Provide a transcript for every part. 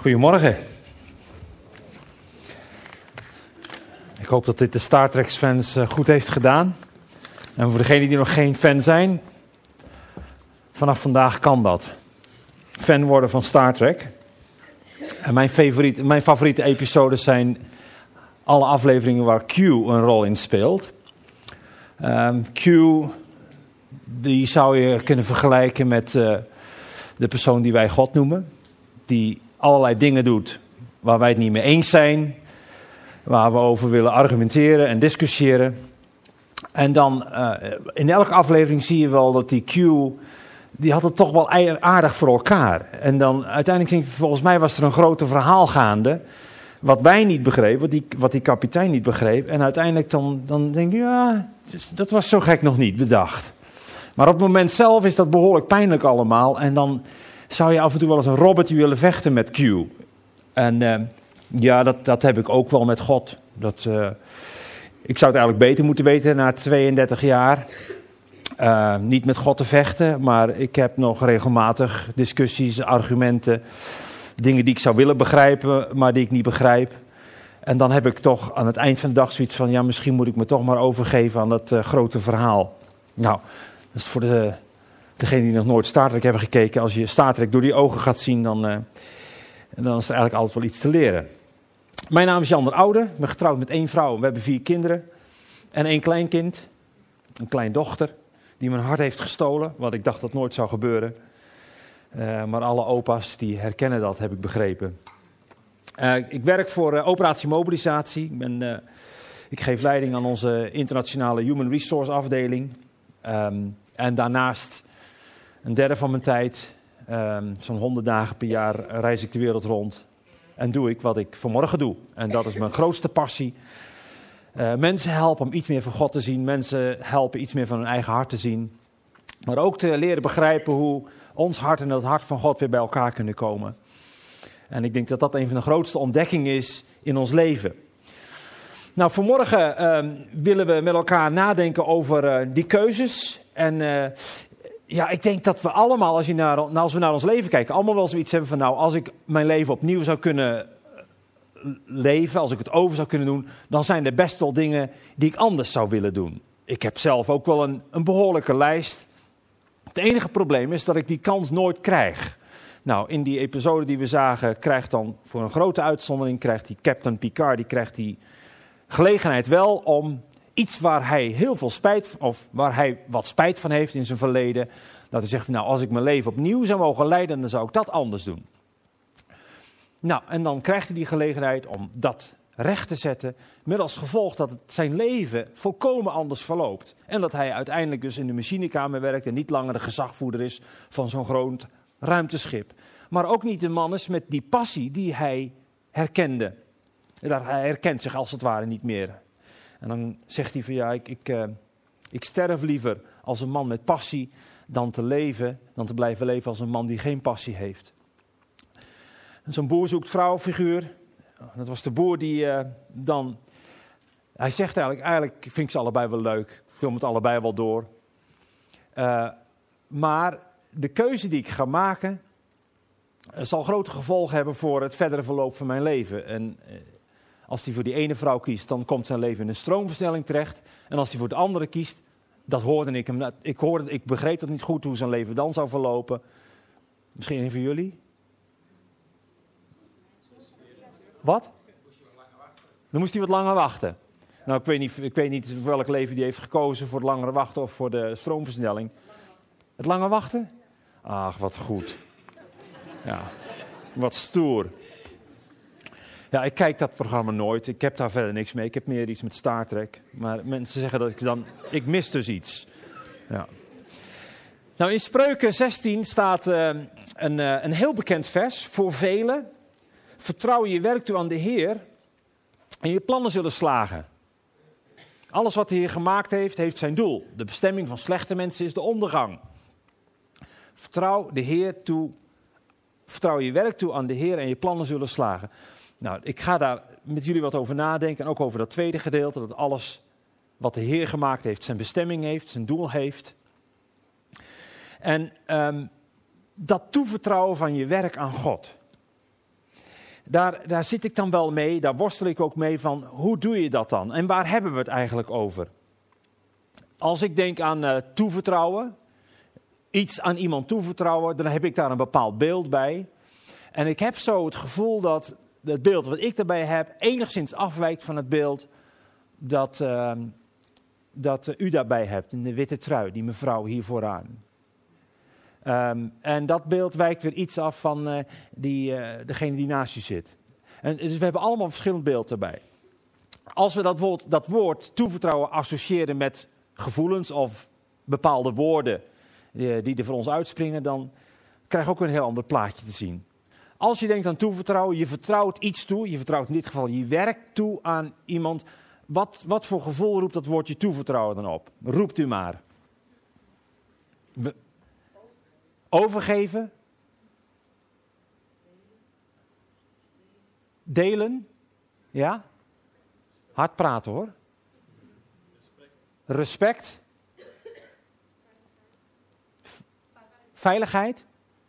Goedemorgen. Ik hoop dat dit de Star Trek fans goed heeft gedaan. En voor degenen die nog geen fan zijn, vanaf vandaag kan dat. Fan worden van Star Trek. En mijn favoriete episodes zijn alle afleveringen waar Q een rol in speelt. Q, die zou je kunnen vergelijken met de persoon die wij God noemen. Die allerlei dingen doet waar wij het niet mee eens zijn. Waar we over willen argumenteren en discussiëren. En dan in elke aflevering zie je wel dat die Q, die had het toch wel aardig voor elkaar. En dan uiteindelijk, volgens mij was er een groter verhaal gaande. Wat wij niet begrepen, wat die kapitein niet begreep. En uiteindelijk dan denk je, ja, dat was zo gek nog niet bedacht. Maar op het moment zelf is dat behoorlijk pijnlijk allemaal. En dan zou je af en toe wel eens een robbertje willen vechten met Q. En ja, dat heb ik ook wel met God. Ik zou het eigenlijk beter moeten weten na 32 jaar. Niet met God te vechten, maar ik heb nog regelmatig discussies, argumenten, dingen die ik zou willen begrijpen, maar die ik niet begrijp. En dan heb ik toch aan het eind van de dag zoiets van, ja, misschien moet ik me toch maar overgeven aan dat grote verhaal. Nou, dat is voor degenen die nog nooit Star Trek hebben gekeken. Als je Star Trek door die ogen gaat zien, dan is er eigenlijk altijd wel iets te leren. Mijn naam is Jan der Oude, ik ben getrouwd met 1 vrouw. We hebben 4 kinderen en 1 kleinkind, een kleindochter, die mijn hart heeft gestolen, wat ik dacht dat nooit zou gebeuren. Maar alle opa's die herkennen dat, heb ik begrepen. Ik werk voor Operatie Mobilisatie. Ik geef leiding aan onze internationale Human Resource afdeling. En daarnaast een derde van mijn tijd, zo'n 100 dagen per jaar, reis ik de wereld rond. En doe ik wat ik vanmorgen doe. En dat is mijn grootste passie. Mensen helpen om iets meer van God te zien. Mensen helpen iets meer van hun eigen hart te zien. Maar ook te leren begrijpen hoe ons hart en het hart van God weer bij elkaar kunnen komen. En ik denk dat dat een van de grootste ontdekkingen is in ons leven. Nou, vanmorgen willen we met elkaar nadenken over die keuzes. En ja, ik denk dat we allemaal, als we naar ons leven kijken, allemaal wel zoiets hebben van, nou, als ik mijn leven opnieuw zou kunnen leven, als ik het over zou kunnen doen, dan zijn er best wel dingen die ik anders zou willen doen. Ik heb zelf ook wel een behoorlijke lijst. Het enige probleem is dat ik die kans nooit krijg. Nou, in die episode die we zagen, krijgt dan voor een grote uitzondering, krijgt die Captain Picard, die krijgt die gelegenheid wel om iets waar hij heel veel spijt, of waar hij wat spijt van heeft in zijn verleden, dat hij zegt, nou, als ik mijn leven opnieuw zou mogen leiden, dan zou ik dat anders doen. Nou, en dan krijgt hij die gelegenheid om dat recht te zetten, met als gevolg dat zijn leven volkomen anders verloopt. En dat hij uiteindelijk dus in de machinekamer werkt en niet langer de gezagvoerder is van zo'n groot ruimteschip. Maar ook niet de man is met die passie die hij herkende. Hij herkent zich als het ware niet meer. En dan zegt hij van ja, ik sterf liever als een man met passie dan te blijven leven als een man die geen passie heeft. En zo'n boer zoekt vrouwfiguur. Dat was de boer die hij zegt eigenlijk vind ik ze allebei wel leuk. Ik film het allebei wel door. Maar de keuze die ik ga maken zal grote gevolgen hebben voor het verdere verloop van mijn leven. En als hij voor die ene vrouw kiest, dan komt zijn leven in een stroomversnelling terecht. En als hij voor de andere kiest, dat hoorde ik hem. Ik begreep dat niet goed hoe zijn leven dan zou verlopen. Misschien een van jullie? Wat? Dan moest hij wat langer wachten. Nou, ik weet niet voor welk leven die heeft gekozen, voor het langere wachten of voor de stroomversnelling. Het lange wachten? Ach, wat goed. Ja, wat stoer. Ja, ik kijk dat programma nooit. Ik heb daar verder niks mee. Ik heb meer iets met Star Trek. Maar mensen zeggen dat ik mis dus iets. Ja. Nou, in Spreuken 16 staat een heel bekend vers voor velen. Vertrouw je werk toe aan de Heer en je plannen zullen slagen. Alles wat de Heer gemaakt heeft, heeft zijn doel. De bestemming van slechte mensen is de ondergang. Vertrouw je werk toe aan de Heer en je plannen zullen slagen. Nou, ik ga daar met jullie wat over nadenken en ook over dat tweede gedeelte. Dat alles wat de Heer gemaakt heeft, zijn bestemming heeft, zijn doel heeft. En dat toevertrouwen van je werk aan God. daar zit ik dan wel mee, daar worstel ik ook mee van, hoe doe je dat dan? En waar hebben we het eigenlijk over? Als ik denk aan toevertrouwen, iets aan iemand toevertrouwen, dan heb ik daar een bepaald beeld bij. En ik heb zo het gevoel dat het beeld wat ik daarbij heb enigszins afwijkt van het beeld dat u daarbij hebt, in de witte trui, die mevrouw hier vooraan. En dat beeld wijkt weer iets af van degene die naast je zit. En dus we hebben allemaal een verschillend beeld daarbij. Als we dat woord toevertrouwen associëren met gevoelens of bepaalde woorden die er voor ons uitspringen, dan krijg je ook een heel ander plaatje te zien. Als je denkt aan toevertrouwen, je vertrouwt iets toe, je vertrouwt in dit geval je werk toe aan iemand. Wat voor gevoel roept dat woordje toevertrouwen dan op? Roept u maar. Overgeven. Delen. Ja? Hard praten hoor. Respect. Veiligheid.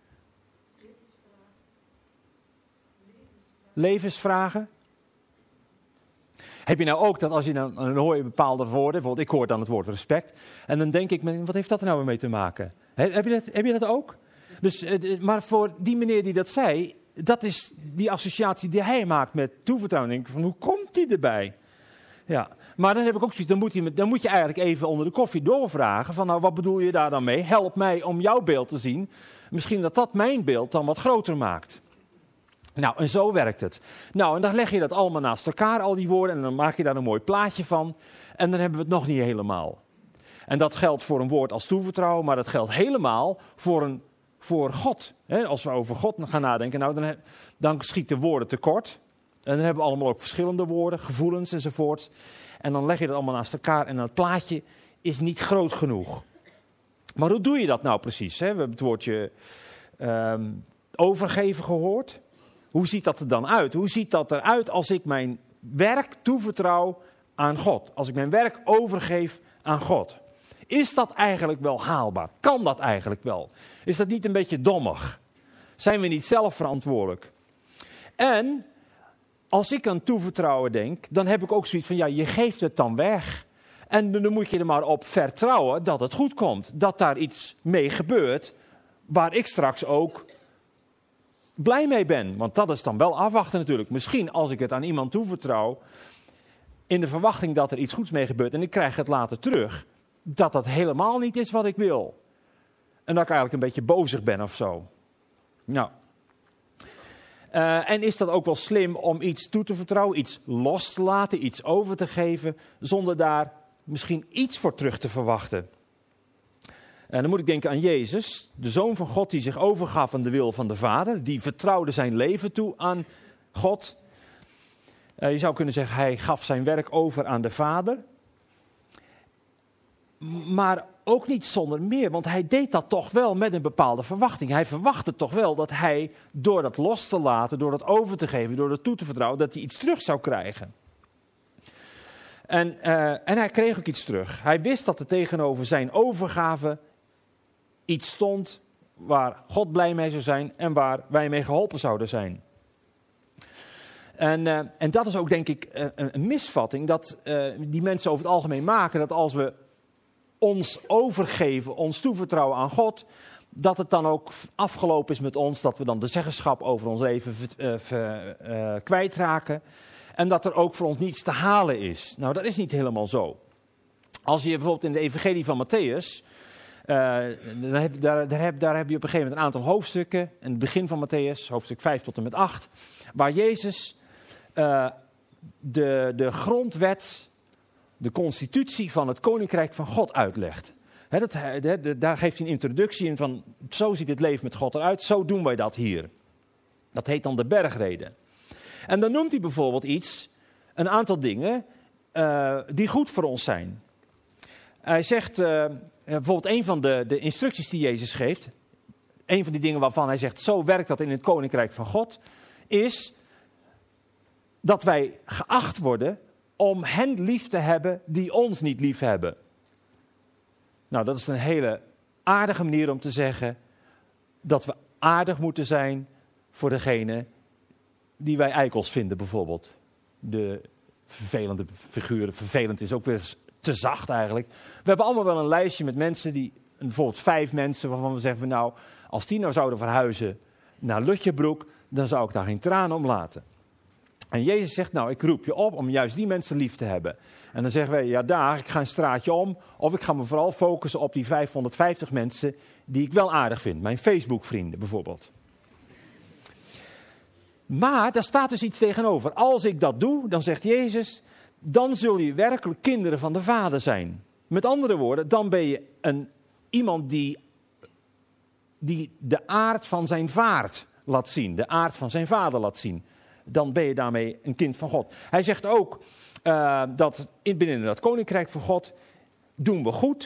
Levensvragen. Heb je nou ook dat als je dan hoor je bepaalde woorden, bijvoorbeeld ik hoor dan het woord respect, en dan denk ik, wat heeft dat er nou weer mee te maken? Heb je dat ook? Dus, maar voor die meneer die dat zei, dat is die associatie die hij maakt met toevertrouwen. Dan denk ik van, hoe komt die erbij? Ja, maar dan heb ik ook zoiets, dan moet je eigenlijk even onder de koffie doorvragen van, nou wat bedoel je daar dan mee? Help mij om jouw beeld te zien. Misschien dat mijn beeld dan wat groter maakt. Nou, en zo werkt het. Nou, en dan leg je dat allemaal naast elkaar, al die woorden, en dan maak je daar een mooi plaatje van. En dan hebben we het nog niet helemaal. En dat geldt voor een woord als toevertrouwen, maar dat geldt helemaal voor God. Als we over God gaan nadenken, nou, dan schieten woorden tekort. En dan hebben we allemaal ook verschillende woorden, gevoelens enzovoort. En dan leg je dat allemaal naast elkaar en het plaatje is niet groot genoeg. Maar hoe doe je dat nou precies? We hebben het woordje overgeven gehoord. Hoe ziet dat er dan uit? Hoe ziet dat eruit als ik mijn werk toevertrouw aan God? Als ik mijn werk overgeef aan God? Is dat eigenlijk wel haalbaar? Kan dat eigenlijk wel? Is dat niet een beetje dommig? Zijn we niet zelf verantwoordelijk? En als ik aan toevertrouwen denk, dan heb ik ook zoiets van, ja, je geeft het dan weg. En dan moet je er maar op vertrouwen dat het goed komt. Dat daar iets mee gebeurt, waar ik straks ook blij mee ben. Want dat is dan wel afwachten natuurlijk. Misschien als ik het aan iemand toevertrouw, in de verwachting dat er iets goeds mee gebeurt en ik krijg het later terug, dat helemaal niet is wat ik wil. En dat ik eigenlijk een beetje bozig ben of zo. Nou. En is dat ook wel slim om iets toe te vertrouwen, iets los te laten, iets over te geven, zonder daar misschien iets voor terug te verwachten? En dan moet ik denken aan Jezus, de Zoon van God die zich overgaf aan de wil van de Vader. Die vertrouwde zijn leven toe aan God. Je zou kunnen zeggen, hij gaf zijn werk over aan de Vader. Maar ook niet zonder meer, want hij deed dat toch wel met een bepaalde verwachting. Hij verwachtte toch wel dat hij door dat los te laten, door dat over te geven, door dat toe te vertrouwen, dat hij iets terug zou krijgen. En hij kreeg ook iets terug. Hij wist dat er tegenover zijn overgave iets stond waar God blij mee zou zijn en waar wij mee geholpen zouden zijn. En dat is ook denk ik een misvatting dat die mensen over het algemeen maken, dat als we ons overgeven, ons toevertrouwen aan God, dat het dan ook afgelopen is met ons, dat we dan de zeggenschap over ons leven kwijtraken en dat er ook voor ons niets te halen is. Nou, dat is niet helemaal zo. Als je bijvoorbeeld in de evangelie van Matthäus, daar heb je op een gegeven moment een aantal hoofdstukken, in het begin van Matthäus, hoofdstuk 5 tot en met 8, waar Jezus de grondwet, de constitutie van het koninkrijk van God uitlegt. Daar geeft hij een introductie in van, zo ziet het leven met God eruit, zo doen wij dat hier. Dat heet dan de bergrede. En dan noemt hij bijvoorbeeld een aantal dingen die goed voor ons zijn. Hij zegt, bijvoorbeeld een van de instructies die Jezus geeft, een van die dingen waarvan hij zegt, zo werkt dat in het koninkrijk van God, is dat wij geacht worden om hen lief te hebben die ons niet lief hebben. Nou, dat is een hele aardige manier om te zeggen dat we aardig moeten zijn voor degene die wij eikels vinden bijvoorbeeld. De vervelende figuren. Vervelend is ook weer te zacht eigenlijk. We hebben allemaal wel een lijstje met mensen die, bijvoorbeeld 5 mensen waarvan we zeggen van nou, als die nou zouden verhuizen naar Lutjebroek, dan zou ik daar geen tranen om laten. En Jezus zegt, nou, ik roep je op om juist die mensen lief te hebben. En dan zeggen wij, ja ik ga een straatje om, of ik ga me vooral focussen op die 550 mensen die ik wel aardig vind. Mijn Facebook-vrienden bijvoorbeeld. Maar daar staat dus iets tegenover. Als ik dat doe, dan zegt Jezus, dan zul je werkelijk kinderen van de Vader zijn. Met andere woorden, dan ben je iemand die de aard van zijn vaart laat zien. De aard van zijn vader laat zien. Dan ben je daarmee een kind van God. Hij zegt ook dat binnen dat koninkrijk van God doen we goed,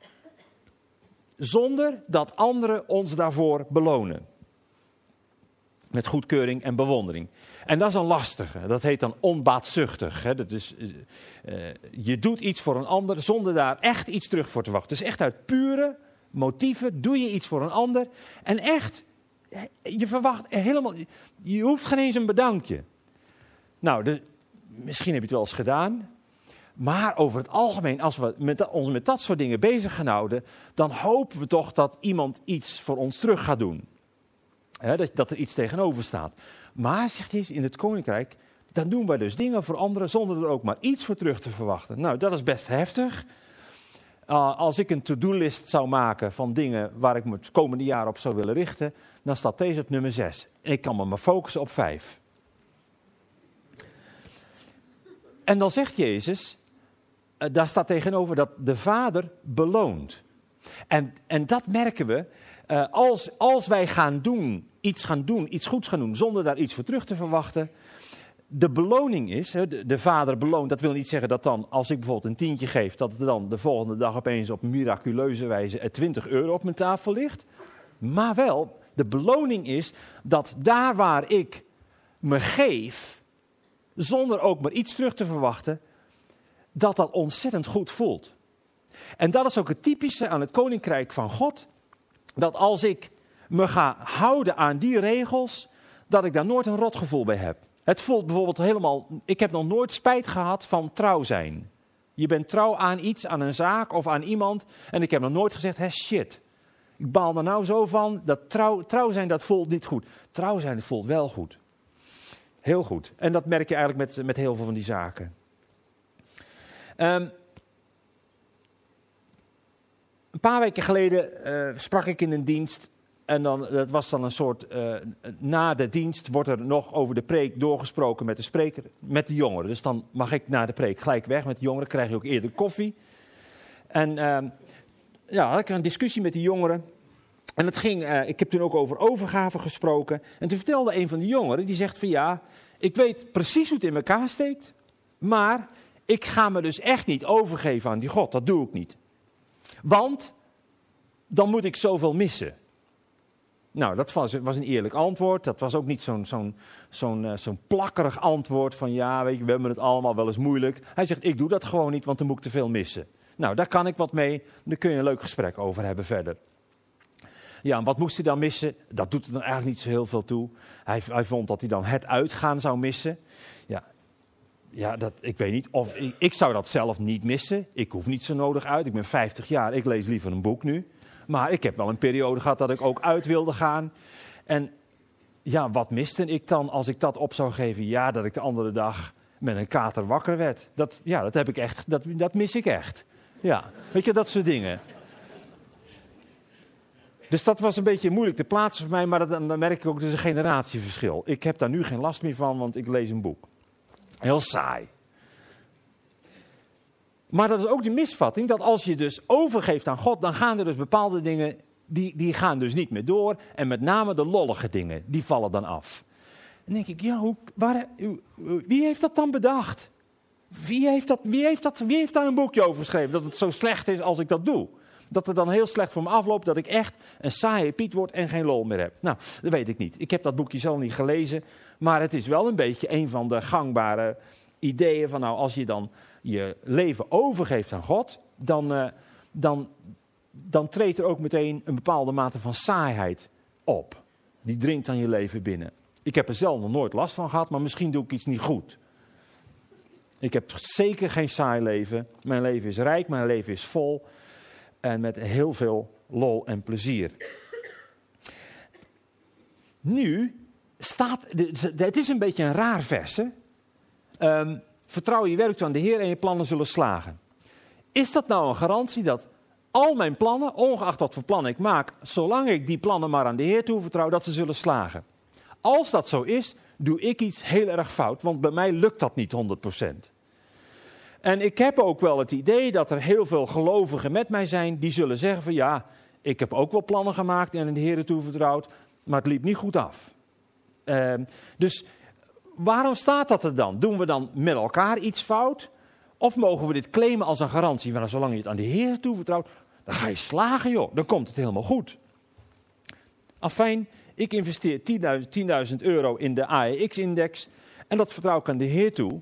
zonder dat anderen ons daarvoor belonen. Met goedkeuring en bewondering. En dat is een lastige. Dat heet dan onbaatzuchtig. Hè. Dat is, je doet iets voor een ander zonder daar echt iets terug voor te wachten. Dus echt uit pure motieven doe je iets voor een ander. En echt, je verwacht helemaal, je hoeft geen eens een bedankje. Nou, misschien heb je het wel eens gedaan. Maar over het algemeen, als we ons met dat soort dingen bezig gaan houden, dan hopen we toch dat iemand iets voor ons terug gaat doen. Dat er iets tegenover staat. Maar, zegt hij, in het koninkrijk, dan doen wij dus dingen voor anderen zonder er ook maar iets voor terug te verwachten. Nou, dat is best heftig. Als ik een to-do-list zou maken van dingen waar ik me het komende jaar op zou willen richten, dan staat deze op nummer 6. Ik kan me maar focussen op 5. En dan zegt Jezus, daar staat tegenover dat de Vader beloont. En dat merken we. Als wij iets goeds gaan doen, zonder daar iets voor terug te verwachten. De beloning is, de Vader beloont, dat wil niet zeggen dat dan, als ik bijvoorbeeld een tientje geef, dat er dan de volgende dag opeens op miraculeuze wijze 20 euro op mijn tafel ligt. Maar wel, de beloning is dat daar waar ik me geef, zonder ook maar iets terug te verwachten, dat ontzettend goed voelt. En dat is ook het typische aan het koninkrijk van God. Dat als ik me ga houden aan die regels, dat ik daar nooit een rotgevoel bij heb. Het voelt bijvoorbeeld helemaal, ik heb nog nooit spijt gehad van trouw zijn. Je bent trouw aan iets, aan een zaak of aan iemand. En ik heb nog nooit gezegd, shit. Ik baal er nou zo van, dat trouw zijn, dat voelt niet goed. Trouw zijn, dat voelt wel goed. Heel goed. En dat merk je eigenlijk met heel veel van die zaken. Een paar weken geleden sprak ik in een dienst. En dat was dan een soort, na de dienst wordt er nog over de preek doorgesproken met de spreker, met de jongeren. Dus dan mag ik na de preek gelijk weg met de jongeren, krijg je ook eerder koffie. En had ik een discussie met de jongeren. En het ging, ik heb toen ook over overgave gesproken. En toen vertelde een van de jongeren, die zegt van ja, ik weet precies hoe het in elkaar steekt. Maar ik ga me dus echt niet overgeven aan die God, dat doe ik niet. Want dan moet ik zoveel missen. Nou, dat was een eerlijk antwoord. Dat was ook niet zo'n plakkerig antwoord van ja, weet je, we hebben het allemaal wel eens moeilijk. Hij zegt, ik doe dat gewoon niet, want dan moet ik te veel missen. Nou, daar kan ik wat mee. Daar kun je een leuk gesprek over hebben verder. Ja, en wat moest hij dan missen? Dat doet er dan eigenlijk niet zo heel veel toe. Hij vond dat hij dan het uitgaan zou missen. Ja, ik weet niet. Of ik zou dat zelf niet missen. Ik hoef niet zo nodig uit. Ik ben 50 jaar. Ik lees liever een boek nu. Maar ik heb wel een periode gehad dat ik ook uit wilde gaan. En ja, wat miste ik dan als ik dat op zou geven? Ja, dat ik de andere dag met een kater wakker werd. Dat heb ik echt. Dat mis ik echt. Ja, weet je, dat soort dingen. Dus dat was een beetje moeilijk te plaatsen voor mij. Maar dan merk ik ook, dus een generatieverschil. Ik heb daar nu geen last meer van, want ik lees een boek. Heel saai. Maar dat is ook de misvatting, dat als je dus overgeeft aan God, dan gaan er dus bepaalde dingen, die gaan dus niet meer door. En met name de lollige dingen, die vallen dan af. Dan denk ik, ja, wie heeft dat dan bedacht? Wie heeft daar een boekje over geschreven, dat het zo slecht is als ik dat doe? Dat het dan heel slecht voor me afloopt, dat ik echt een saaie Piet word en geen lol meer heb. Nou, dat weet ik niet. Ik heb dat boekje zelf niet gelezen, maar het is wel een beetje een van de gangbare ideeën van nou, als je dan je leven overgeeft aan God, dan treedt er ook meteen een bepaalde mate van saaiheid op. Die dringt aan je leven binnen. Ik heb er zelf nog nooit last van gehad, maar misschien doe ik iets niet goed. Ik heb zeker geen saai leven. Mijn leven is rijk, mijn leven is vol. En met heel veel lol en plezier. Nu staat, het is een beetje een raar vers. Hè? Vertrouw je werk toe aan de Heer en je plannen zullen slagen. Is dat nou een garantie dat al mijn plannen, ongeacht wat voor plannen ik maak, zolang ik die plannen maar aan de Heer toevertrouw, dat ze zullen slagen? Als dat zo is, doe ik iets heel erg fout, want bij mij lukt dat niet 100%. En ik heb ook wel het idee dat er heel veel gelovigen met mij zijn die zullen zeggen van ja, ik heb ook wel plannen gemaakt en aan de Heer toevertrouwd, maar het liep niet goed af. Dus waarom staat dat er dan? Doen we dan met elkaar iets fout? Of mogen we dit claimen als een garantie? Want zolang je het aan de Heer toevertrouwt, dan ga je slagen joh, dan komt het helemaal goed. Afijn, ik investeer 10.000 euro in de AEX-index en dat vertrouw ik aan de Heer toe.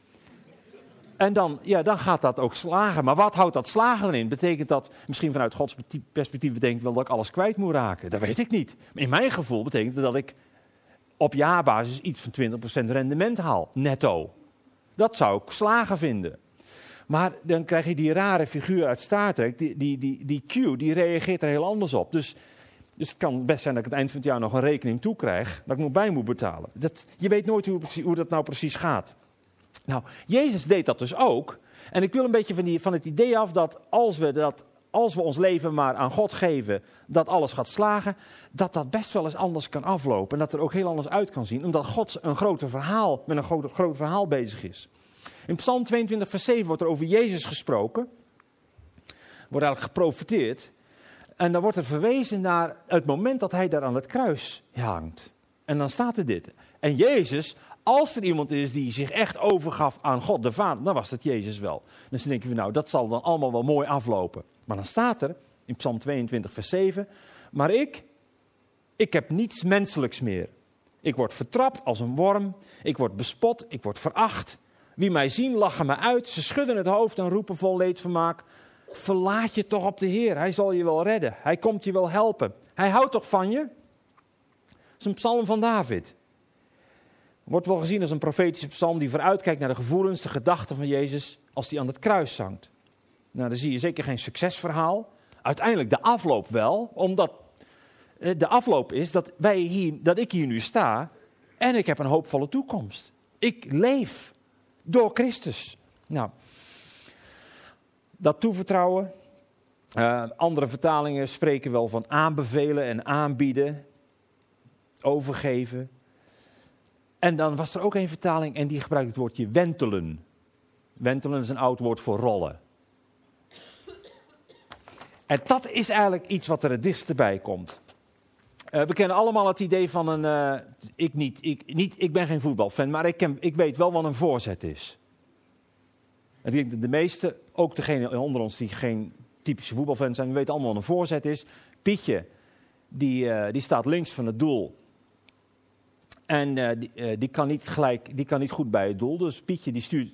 En dan gaat dat ook slagen. Maar wat houdt dat slagen erin? Betekent dat, misschien vanuit Gods perspectief betekent wel dat ik alles kwijt moet raken? Dat weet ik niet. In mijn gevoel betekent dat ik op jaarbasis iets van 20% rendement haal, netto. Dat zou ik slagen vinden. Maar dan krijg je die rare figuur uit Star Trek, die Q, die reageert er heel anders op. Dus het kan best zijn dat ik het eind van het jaar nog een rekening toekrijg, dat ik nog bij moet betalen. Je weet nooit hoe dat nou precies gaat. Nou, Jezus deed dat dus ook. En ik wil een beetje van het idee af dat als we ons leven maar aan God geven, dat alles gaat slagen, dat best wel eens anders kan aflopen. En dat er ook heel anders uit kan zien, omdat God met een groot verhaal bezig is. In Psalm 22 vers 7 wordt er over Jezus gesproken. Wordt eigenlijk geprofeteerd. En dan wordt er verwezen naar het moment dat hij daar aan het kruis hangt. En dan staat er dit. En Jezus, als er iemand is die zich echt overgaf aan God de Vader, dan was het Jezus wel. Dus dan denken we, nou, dat zal dan allemaal wel mooi aflopen. Maar dan staat er, in Psalm 22 vers 7, maar ik heb niets menselijks meer. Ik word vertrapt als een worm, ik word bespot, ik word veracht. Wie mij zien lachen me uit, ze schudden het hoofd en roepen vol leedvermaak. Verlaat je toch op de Heer, hij zal je wel redden, hij komt je wel helpen. Hij houdt toch van je? Dat is een psalm van David. Wordt wel gezien als een profetische psalm die vooruitkijkt naar de gevoelens, de gedachten van Jezus als hij aan het kruis hangt. Nou, dan zie je zeker geen succesverhaal. Uiteindelijk de afloop wel, omdat de afloop is dat ik hier nu sta en ik heb een hoopvolle toekomst. Ik leef door Christus. Nou, dat toevertrouwen. Andere vertalingen spreken wel van aanbevelen en aanbieden, overgeven. En dan was er ook een vertaling en die gebruikt het woordje wentelen. Wentelen is een oud woord voor rollen. En dat is eigenlijk iets wat er het dichtst bij komt. We kennen allemaal het idee van ik ben geen voetbalfan, maar ik weet wel wat een voorzet is. En ik denk dat de meesten, ook degenen onder ons die geen typische voetbalfan zijn, weten allemaal wat een voorzet is. Pietje, die staat links van het doel. En die kan niet goed bij het doel. Dus Pietje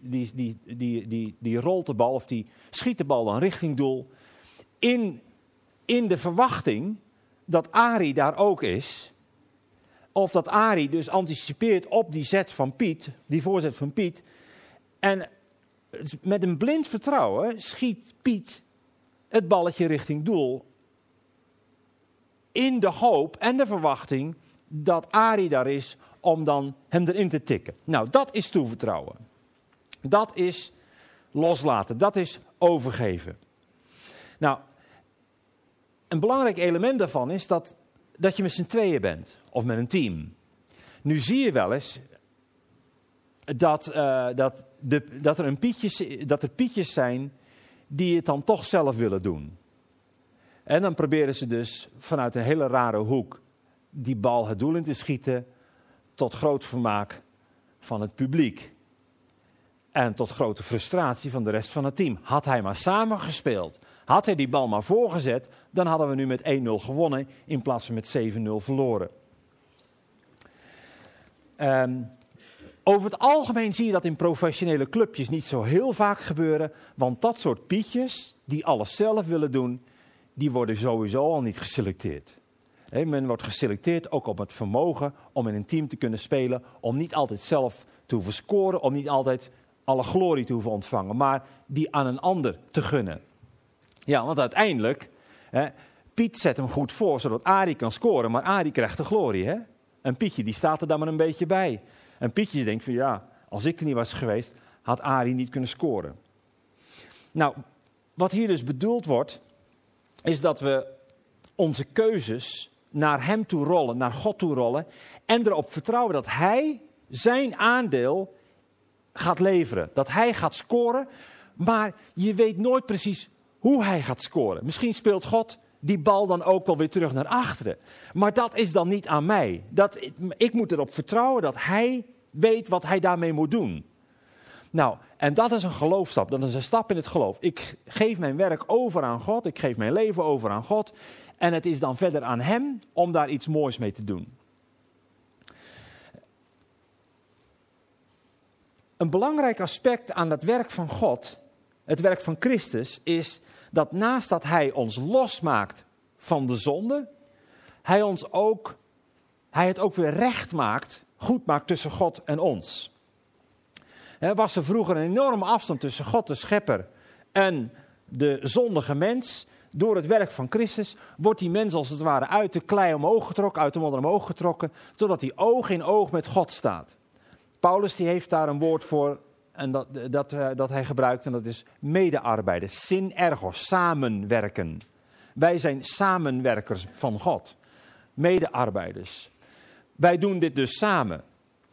die rolt de bal of die schiet de bal dan richting doel. In de verwachting dat Arie daar ook is. Of dat Arie dus anticipeert op die zet van Piet, die voorzet van Piet. En met een blind vertrouwen schiet Piet het balletje richting doel. In de hoop en de verwachting dat Arie daar is om dan hem erin te tikken. Nou, dat is toevertrouwen. Dat is loslaten. Dat is overgeven. Nou, een belangrijk element daarvan is dat je met z'n tweeën bent. Of met een team. Nu zie je wel eens dat er pietjes zijn die het dan toch zelf willen doen. En dan proberen ze dus vanuit een hele rare hoek die bal het doel in te schieten, tot groot vermaak van het publiek. En tot grote frustratie van de rest van het team. Had hij maar samen gespeeld, had hij die bal maar voorgezet, dan hadden we nu met 1-0 gewonnen in plaats van met 7-0 verloren. Over het algemeen zie je dat in professionele clubjes niet zo heel vaak gebeuren, want dat soort pietjes die alles zelf willen doen, die worden sowieso al niet geselecteerd. Men wordt geselecteerd ook op het vermogen om in een team te kunnen spelen. Om niet altijd zelf te hoeven scoren. Om niet altijd alle glorie te hoeven ontvangen. Maar die aan een ander te gunnen. Ja, want uiteindelijk, Piet zet hem goed voor zodat Arie kan scoren. Maar Arie krijgt de glorie. Hè? En Pietje die staat er dan maar een beetje bij. En Pietje denkt van ja, als ik er niet was geweest, had Arie niet kunnen scoren. Nou, wat hier dus bedoeld wordt, is dat we onze keuzes naar hem toe rollen, naar God toe rollen. En erop vertrouwen dat hij zijn aandeel gaat leveren. Dat hij gaat scoren, maar je weet nooit precies hoe hij gaat scoren. Misschien speelt God die bal dan ook wel weer terug naar achteren. Maar dat is dan niet aan mij. Ik moet erop vertrouwen dat hij weet wat hij daarmee moet doen. Nou, en dat is een geloofstap. Dat is een stap in het geloof. Ik geef mijn werk over aan God. Ik geef mijn leven over aan God. En het is dan verder aan hem om daar iets moois mee te doen. Een belangrijk aspect aan het werk van God, het werk van Christus, is dat naast dat hij ons losmaakt van de zonde, hij het ook weer recht maakt, goed maakt tussen God en ons. Was er vroeger een enorme afstand tussen God de schepper en de zondige mens. Door het werk van Christus wordt die mens als het ware uit de klei omhoog getrokken, uit de modder omhoog getrokken, totdat hij oog in oog met God staat. Paulus die heeft daar een woord voor en dat hij gebruikt en dat is medearbeider, synergos, samenwerken. Wij zijn samenwerkers van God, medearbeiders. Wij doen dit dus samen.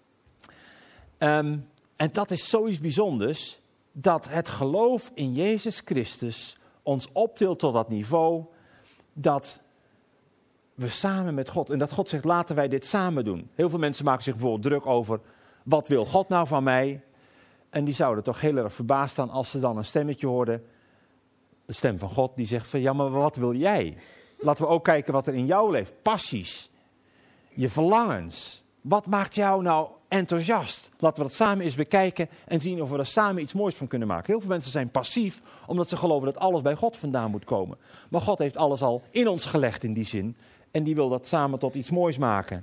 En dat is zoiets bijzonders, dat het geloof in Jezus Christus ons optilt tot dat niveau dat we samen met God, en dat God zegt laten wij dit samen doen. Heel veel mensen maken zich bijvoorbeeld druk over, wat wil God nou van mij? En die zouden toch heel erg verbaasd staan als ze dan een stemmetje hoorden, de stem van God, die zegt van ja, maar wat wil jij? Laten we ook kijken wat er in jou leeft, passies, je verlangens. Wat maakt jou nou enthousiast? Laten we dat samen eens bekijken en zien of we er samen iets moois van kunnen maken. Heel veel mensen zijn passief omdat ze geloven dat alles bij God vandaan moet komen. Maar God heeft alles al in ons gelegd in die zin en die wil dat samen tot iets moois maken.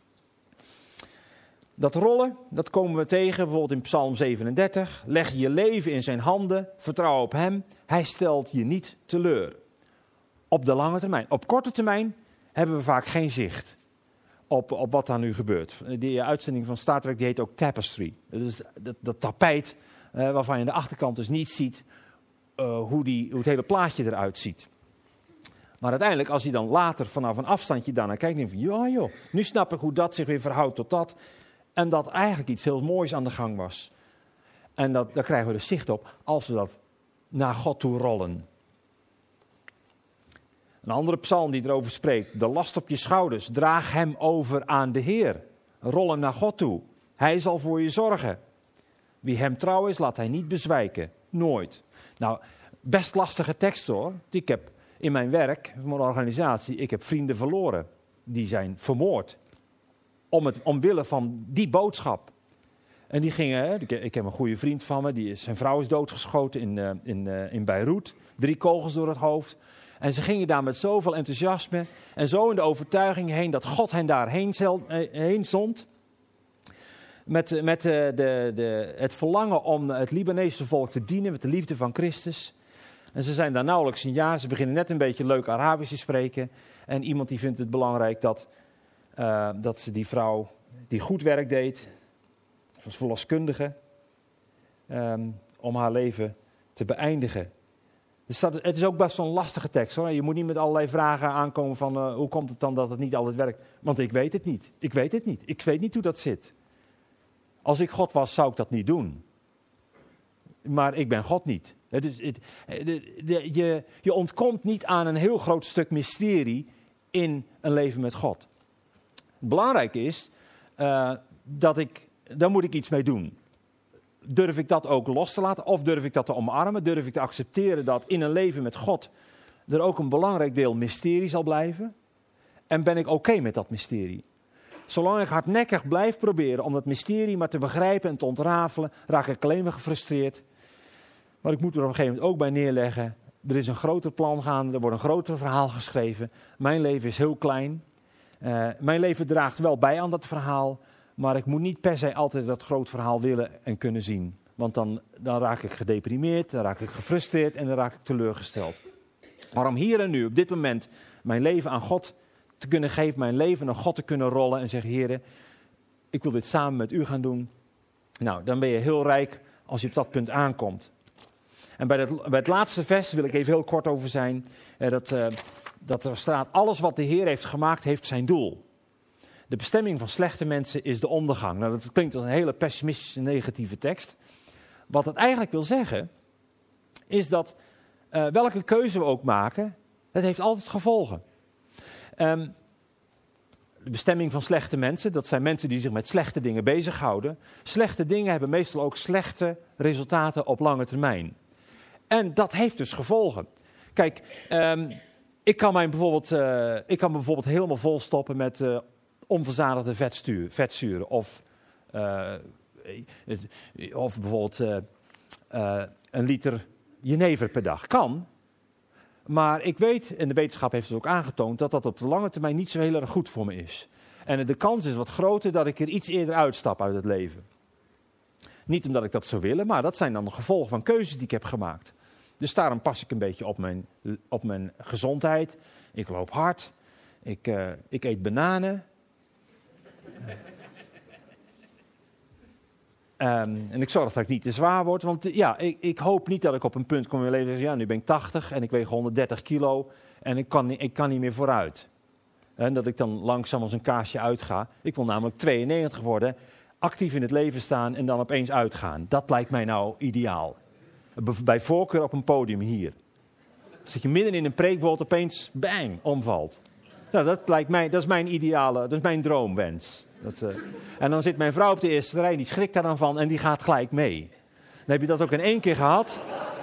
Dat rollen, dat komen we tegen bijvoorbeeld in Psalm 37. Leg je leven in zijn handen, vertrouw op hem. Hij stelt je niet teleur. Op de lange termijn. Op korte termijn hebben we vaak geen zicht op wat daar nu gebeurt. Die uitzending van Star Trek die heet ook Tapestry. Dus dat tapijt waarvan je aan de achterkant dus niet ziet hoe het hele plaatje eruit ziet. Maar uiteindelijk, als je dan later vanaf een afstandje daarnaar kijkt, denk je van, ja joh, nu snap ik hoe dat zich weer verhoudt tot dat. En dat eigenlijk iets heel moois aan de gang was. En daar krijgen we dus zicht op als we dat naar God toe rollen. Een andere psalm die erover spreekt. De last op je schouders, draag hem over aan de Heer. Rol hem naar God toe. Hij zal voor je zorgen. Wie hem trouw is, laat hij niet bezwijken. Nooit. Nou, best lastige tekst hoor. Ik heb in mijn werk, in mijn organisatie, ik heb vrienden verloren. Die zijn vermoord. Omwille van die boodschap. En die gingen, ik heb een goede vriend van me, zijn vrouw is doodgeschoten in Beirut. 3 kogels door het hoofd. En ze gingen daar met zoveel enthousiasme en zo in de overtuiging heen dat God hen daarheen zond. Met het verlangen om het Libanese volk te dienen met de liefde van Christus. En ze zijn daar nauwelijks een jaar. Ze beginnen net een beetje leuk Arabisch te spreken. En iemand die vindt het belangrijk dat ze die vrouw die goed werk deed, als verloskundige, om haar leven te beëindigen. Dus het is ook best wel een lastige tekst hoor. Je moet niet met allerlei vragen aankomen van hoe komt het dan dat het niet altijd werkt. Want ik weet het niet. Ik weet het niet. Ik weet niet hoe dat zit. Als ik God was, zou ik dat niet doen. Maar ik ben God niet. Je ontkomt niet aan een heel groot stuk mysterie in een leven met God. Belangrijk is, daar moet ik iets mee doen. Durf ik dat ook los te laten? Of durf ik dat te omarmen? Durf ik te accepteren dat in een leven met God er ook een belangrijk deel mysterie zal blijven? En ben ik oké met dat mysterie? Zolang ik hardnekkig blijf proberen om dat mysterie maar te begrijpen en te ontrafelen, raak ik alleen maar gefrustreerd. Maar ik moet er op een gegeven moment ook bij neerleggen. Er is een groter plan gaande, er wordt een groter verhaal geschreven. Mijn leven is heel klein. Mijn leven draagt wel bij aan dat verhaal, maar ik moet niet per se altijd dat groot verhaal willen en kunnen zien. Want dan raak ik gedeprimeerd, dan raak ik gefrustreerd en dan raak ik teleurgesteld. Maar om hier en nu, op dit moment, mijn leven aan God te kunnen geven, mijn leven naar God te kunnen rollen en zeggen, Heere, ik wil dit samen met u gaan doen. Nou, dan ben je heel rijk als je op dat punt aankomt. En bij het laatste vers wil ik even heel kort over zijn. Dat er staat, alles wat de Heer heeft gemaakt, heeft zijn doel. De bestemming van slechte mensen is de ondergang. Nou, dat klinkt als een hele pessimistische, negatieve tekst. Wat het eigenlijk wil zeggen, is dat welke keuze we ook maken, het heeft altijd gevolgen. De bestemming van slechte mensen, dat zijn mensen die zich met slechte dingen bezighouden. Slechte dingen hebben meestal ook slechte resultaten op lange termijn. En dat heeft dus gevolgen. Kijk, ik kan me bijvoorbeeld helemaal volstoppen met onverzadigde vetzuren. Of bijvoorbeeld een liter jenever per dag. Kan. Maar ik weet, en de wetenschap heeft het ook aangetoond, dat dat op de lange termijn niet zo heel erg goed voor me is. En de kans is wat groter dat ik er iets eerder uitstap uit het leven. Niet omdat ik dat zou willen, maar dat zijn dan de gevolgen van keuzes die ik heb gemaakt. Dus daarom pas ik een beetje op mijn gezondheid. Ik loop hard. Ik eet bananen. En ik zorg dat ik niet te zwaar word. Want ik hoop niet dat ik op een punt kom in mijn leven en zeg, nu ben ik 80 en ik weeg 130 kilo en ik kan niet meer vooruit. En dat ik dan langzaam als een kaarsje uitga. Ik wil namelijk 92 worden, actief in het leven staan en dan opeens uitgaan. Dat lijkt mij nou ideaal. Bij voorkeur op een podium hier. Dat je midden in een preekwoord opeens bang omvalt. Nou, dat is mijn ideale, dat is mijn droomwens. En dan zit mijn vrouw op de eerste rij, die schrikt daar dan van en die gaat gelijk mee. Dan heb je dat ook in 1 keer gehad.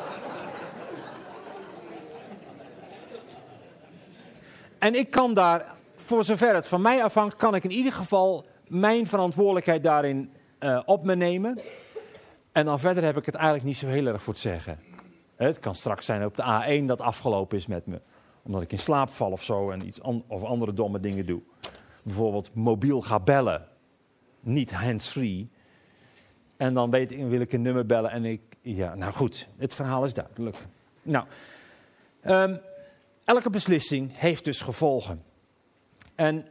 En ik kan daar, voor zover het van mij afhangt, kan ik in ieder geval mijn verantwoordelijkheid daarin op me nemen. En dan verder heb ik het eigenlijk niet zo heel erg voor te zeggen. Het kan straks zijn op de A1 dat afgelopen is met me. Omdat ik in slaap val of zo en of andere domme dingen doe. Bijvoorbeeld mobiel ga bellen. Niet hands-free. En dan wil ik een nummer bellen en nou goed, het verhaal is duidelijk. Nou, elke beslissing heeft dus gevolgen. En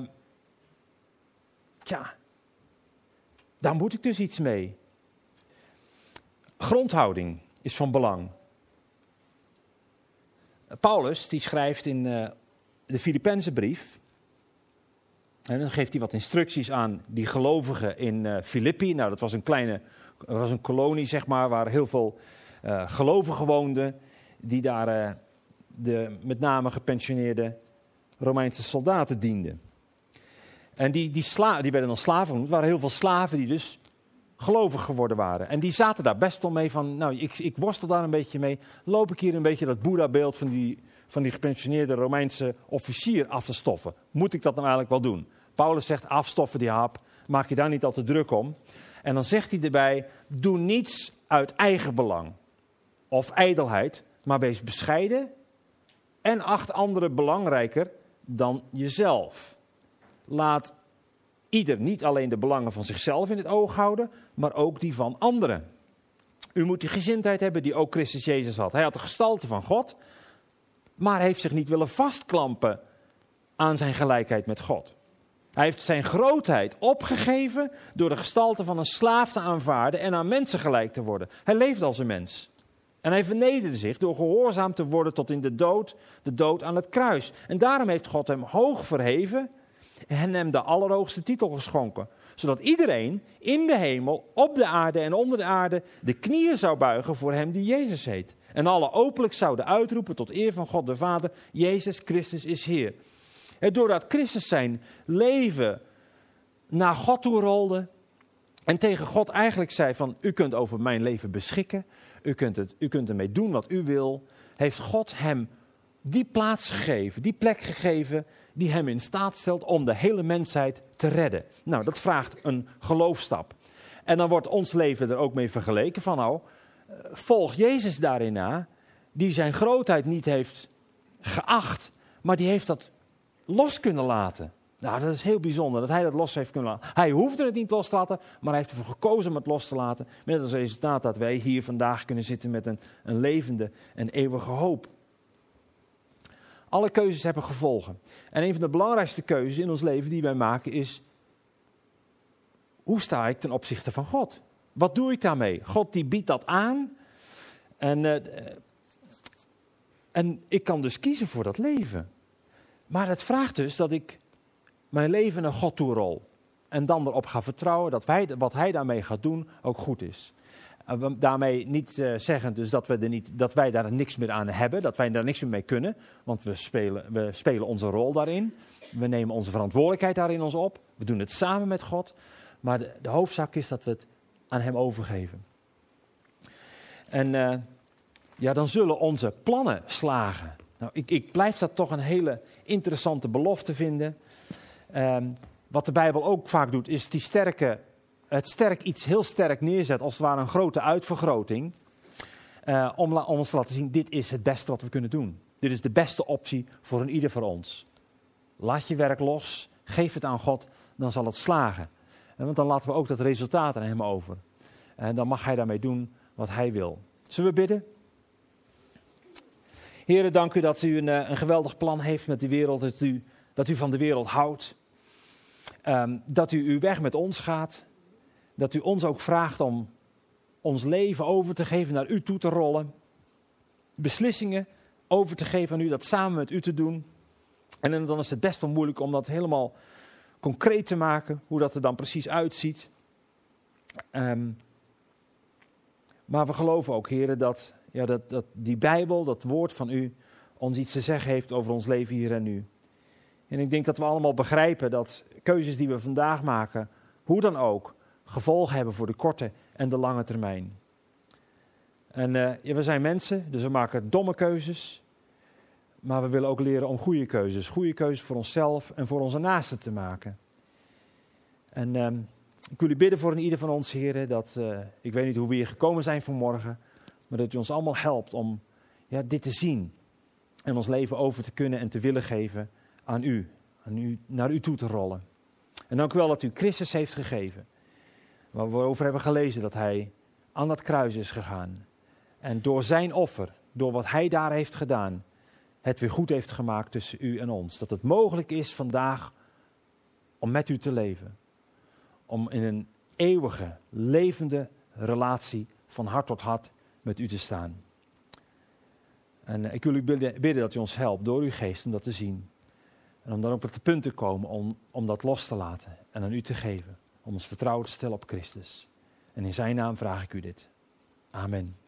daar moet ik dus iets mee. Grondhouding is van belang. Paulus die schrijft in de Filippenzenbrief. En dan geeft hij wat instructies aan die gelovigen in Filippi. Nou, dat was een kolonie, zeg maar, waar heel veel gelovigen woonden. Die daar met name gepensioneerde Romeinse soldaten dienden. En die werden dan slaven genoemd. Er waren heel veel slaven die dus gelovig geworden waren. En die zaten daar best wel mee van, nou, ik worstel daar een beetje mee. Loop ik hier een beetje dat Boeddha-beeld van die gepensioneerde Romeinse officier af te stoffen? Moet ik dat nou eigenlijk wel doen? Paulus zegt, afstoffen die hap, maak je daar niet al te druk om. En dan zegt hij erbij, doe niets uit eigen belang of ijdelheid, maar wees bescheiden en acht anderen belangrijker dan jezelf. Laat ieder niet alleen de belangen van zichzelf in het oog houden, maar ook die van anderen. U moet die gezindheid hebben die ook Christus Jezus had. Hij had de gestalte van God, maar heeft zich niet willen vastklampen aan zijn gelijkheid met God. Hij heeft zijn grootheid opgegeven door de gestalte van een slaaf te aanvaarden en aan mensen gelijk te worden. Hij leefde als een mens. En hij vernederde zich door gehoorzaam te worden tot in de dood aan het kruis. En daarom heeft God hem hoog verheven en hem de allerhoogste titel geschonken. Zodat iedereen in de hemel, op de aarde en onder de aarde de knieën zou buigen voor hem die Jezus heet. En alle openlijk zouden uitroepen tot eer van God de Vader, Jezus Christus is Heer. En doordat Christus zijn leven naar God toe rolde en tegen God eigenlijk zei van, u kunt over mijn leven beschikken, u kunt ermee doen wat u wil, heeft God hem die plaats gegeven, die plek gegeven die hem in staat stelt om de hele mensheid te redden. Nou, dat vraagt een geloofstap. En dan wordt ons leven er ook mee vergeleken van, volg Jezus daarin na, die zijn grootheid niet heeft geacht, maar die heeft dat los kunnen laten. Nou, dat is heel bijzonder dat hij dat los heeft kunnen laten. Hij hoefde het niet los te laten, maar hij heeft ervoor gekozen om het los te laten. Met als resultaat dat wij hier vandaag kunnen zitten met een levende en eeuwige hoop. Alle keuzes hebben gevolgen. En een van de belangrijkste keuzes in ons leven die wij maken is: hoe sta ik ten opzichte van God? Wat doe ik daarmee? God die biedt dat aan. En ik kan dus kiezen voor dat leven. Maar het vraagt dus dat ik mijn leven naar God toe rol. En dan erop ga vertrouwen dat wat hij daarmee gaat doen ook goed is. Daarmee niet zeggen dus dat wij daar niks meer aan hebben. Dat wij daar niks meer mee kunnen. Want we spelen onze rol daarin. We nemen onze verantwoordelijkheid daarin ons op. We doen het samen met God. Maar de hoofdzaak is dat we het aan hem overgeven. En dan zullen onze plannen slagen. Nou, ik blijf dat toch een hele interessante belofte vinden. Wat de Bijbel ook vaak doet, is iets heel sterk neerzet, als het ware een grote uitvergroting. Om ons te laten zien, dit is het beste wat we kunnen doen. Dit is de beste optie voor een ieder van ons. Laat je werk los, geef het aan God, dan zal het slagen. Want dan laten we ook dat resultaat aan hem over. En dan mag hij daarmee doen wat hij wil. Zullen we bidden? Heren, dank u dat u een geweldig plan heeft met de wereld. Dat u van de wereld houdt. Dat u uw weg met ons gaat. Dat u ons ook vraagt om ons leven over te geven, naar u toe te rollen. Beslissingen over te geven aan u, dat samen met u te doen. En dan is het best wel moeilijk om dat helemaal concreet te maken, hoe dat er dan precies uitziet. Maar we geloven ook, heren, dat die Bijbel, dat woord van u, ons iets te zeggen heeft over ons leven hier en nu. En ik denk dat we allemaal begrijpen dat keuzes die we vandaag maken, hoe dan ook, gevolgen hebben voor de korte en de lange termijn. En we zijn mensen, dus we maken domme keuzes. Maar we willen ook leren om goede keuzes. Goede keuzes voor onszelf en voor onze naasten te maken. En ik wil u bidden voor ieder van ons, heren, dat ik weet niet hoe we hier gekomen zijn vanmorgen, maar dat u ons allemaal helpt om dit te zien. En ons leven over te kunnen en te willen geven aan u, naar u toe te rollen. En dank u wel dat u Christus heeft gegeven. Waar we over hebben gelezen dat hij aan dat kruis is gegaan. En door zijn offer, door wat hij daar heeft gedaan, het weer goed heeft gemaakt tussen u en ons. Dat het mogelijk is vandaag om met u te leven. Om in een eeuwige, levende relatie van hart tot hart met u te staan. En ik wil u bidden dat u ons helpt door uw geest om dat te zien. En om dan ook op het punt te komen om dat los te laten en aan u te geven. Om ons vertrouwen te stellen op Christus. En in zijn naam vraag ik u dit. Amen.